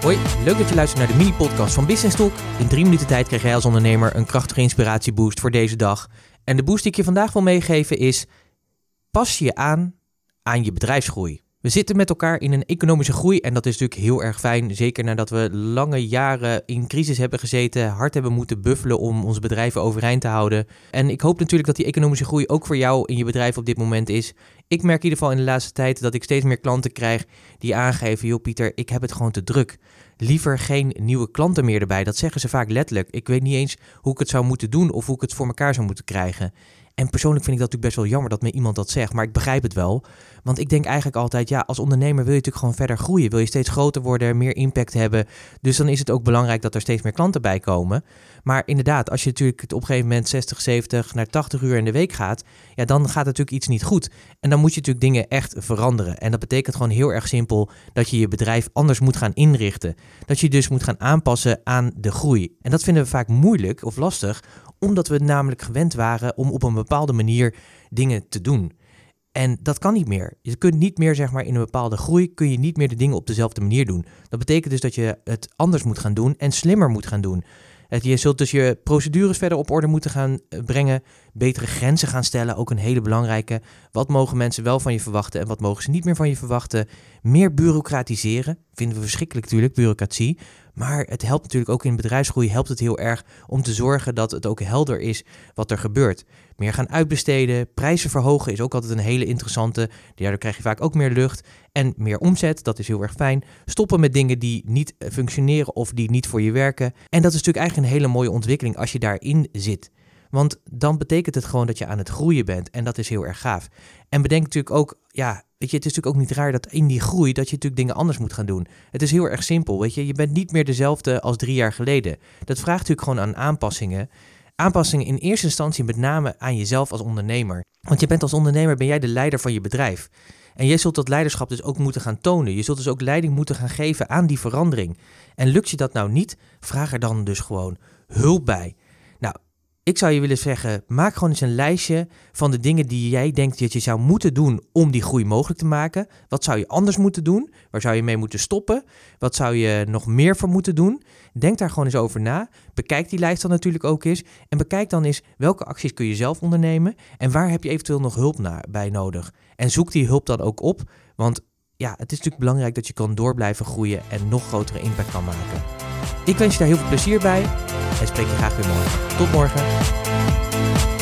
Hoi, leuk dat je luistert naar de mini-podcast van Business Talk. In 3 minuten tijd krijg jij als ondernemer een krachtige inspiratieboost voor deze dag. En de boost die ik je vandaag wil meegeven is: pas je aan je bedrijfsgroei. We zitten met elkaar in een economische groei en dat is natuurlijk heel erg fijn. Zeker nadat we lange jaren in crisis hebben gezeten, hard hebben moeten buffelen om onze bedrijven overeind te houden. En ik hoop natuurlijk dat die economische groei ook voor jou in je bedrijf op dit moment is. Ik merk in ieder geval in de laatste tijd dat ik steeds meer klanten krijg die aangeven: joh Pieter, ik heb het gewoon te druk. Liever geen nieuwe klanten meer erbij. Dat zeggen ze vaak letterlijk. Ik weet niet eens hoe ik het zou moeten doen of hoe ik het voor elkaar zou moeten krijgen. En persoonlijk vind ik dat natuurlijk best wel jammer dat me iemand dat zegt, maar ik begrijp het wel. Want ik denk eigenlijk altijd, ja, als ondernemer wil je natuurlijk gewoon verder groeien. Wil je steeds groter worden, meer impact hebben. Dus dan is het ook belangrijk dat er steeds meer klanten bij komen. Maar inderdaad, als je natuurlijk op een gegeven moment 60, 70 naar 80 uur in de week gaat, ja, dan gaat natuurlijk iets niet goed. En dan moet je natuurlijk dingen echt veranderen. En dat betekent gewoon heel erg simpel dat je je bedrijf anders moet gaan inrichten. Dat je dus moet gaan aanpassen aan de groei. En dat vinden we vaak moeilijk of lastig, omdat we namelijk gewend waren om op een bepaalde manier dingen te doen. En dat kan niet meer. Je kunt niet meer, zeg maar, in een bepaalde groei kun je niet meer de dingen op dezelfde manier doen. Dat betekent dus dat je het anders moet gaan doen en slimmer moet gaan doen. Je zult dus je procedures verder op orde moeten gaan brengen, betere grenzen gaan stellen, ook een hele belangrijke. Wat mogen mensen wel van je verwachten en wat mogen ze niet meer van je verwachten? Meer bureaucratiseren, vinden we verschrikkelijk natuurlijk, bureaucratie. Maar het helpt natuurlijk ook in bedrijfsgroei, helpt het heel erg om te zorgen dat het ook helder is wat er gebeurt. Meer gaan uitbesteden, prijzen verhogen is ook altijd een hele interessante. Daardoor krijg je vaak ook meer lucht en meer omzet, dat is heel erg fijn. Stoppen met dingen die niet functioneren of die niet voor je werken. En dat is natuurlijk eigenlijk een hele mooie ontwikkeling als je daarin zit. Want dan betekent het gewoon dat je aan het groeien bent en dat is heel erg gaaf. En bedenk natuurlijk ook, ja, weet je, het is natuurlijk ook niet raar dat in die groei dat je natuurlijk dingen anders moet gaan doen. Het is heel erg simpel, weet je. Je bent niet meer dezelfde als 3 jaar geleden. Dat vraagt natuurlijk gewoon aan aanpassingen. Aanpassingen in eerste instantie met name aan jezelf als ondernemer. Want je bent als ondernemer, ben jij de leider van je bedrijf. En jij zult dat leiderschap dus ook moeten gaan tonen. Je zult dus ook leiding moeten gaan geven aan die verandering. En lukt je dat nou niet, vraag er dan dus gewoon hulp bij. Nou, ik zou je willen zeggen, maak gewoon eens een lijstje van de dingen die jij denkt dat je zou moeten doen om die groei mogelijk te maken. Wat zou je anders moeten doen? Waar zou je mee moeten stoppen? Wat zou je nog meer voor moeten doen? Denk daar gewoon eens over na. Bekijk die lijst dan natuurlijk ook eens. En bekijk dan eens welke acties kun je zelf ondernemen en waar heb je eventueel nog hulp bij nodig. En zoek die hulp dan ook op, want ja, het is natuurlijk belangrijk dat je kan door blijven groeien en nog grotere impact kan maken. Ik wens je daar heel veel plezier bij en spreek je graag weer morgen. Tot morgen.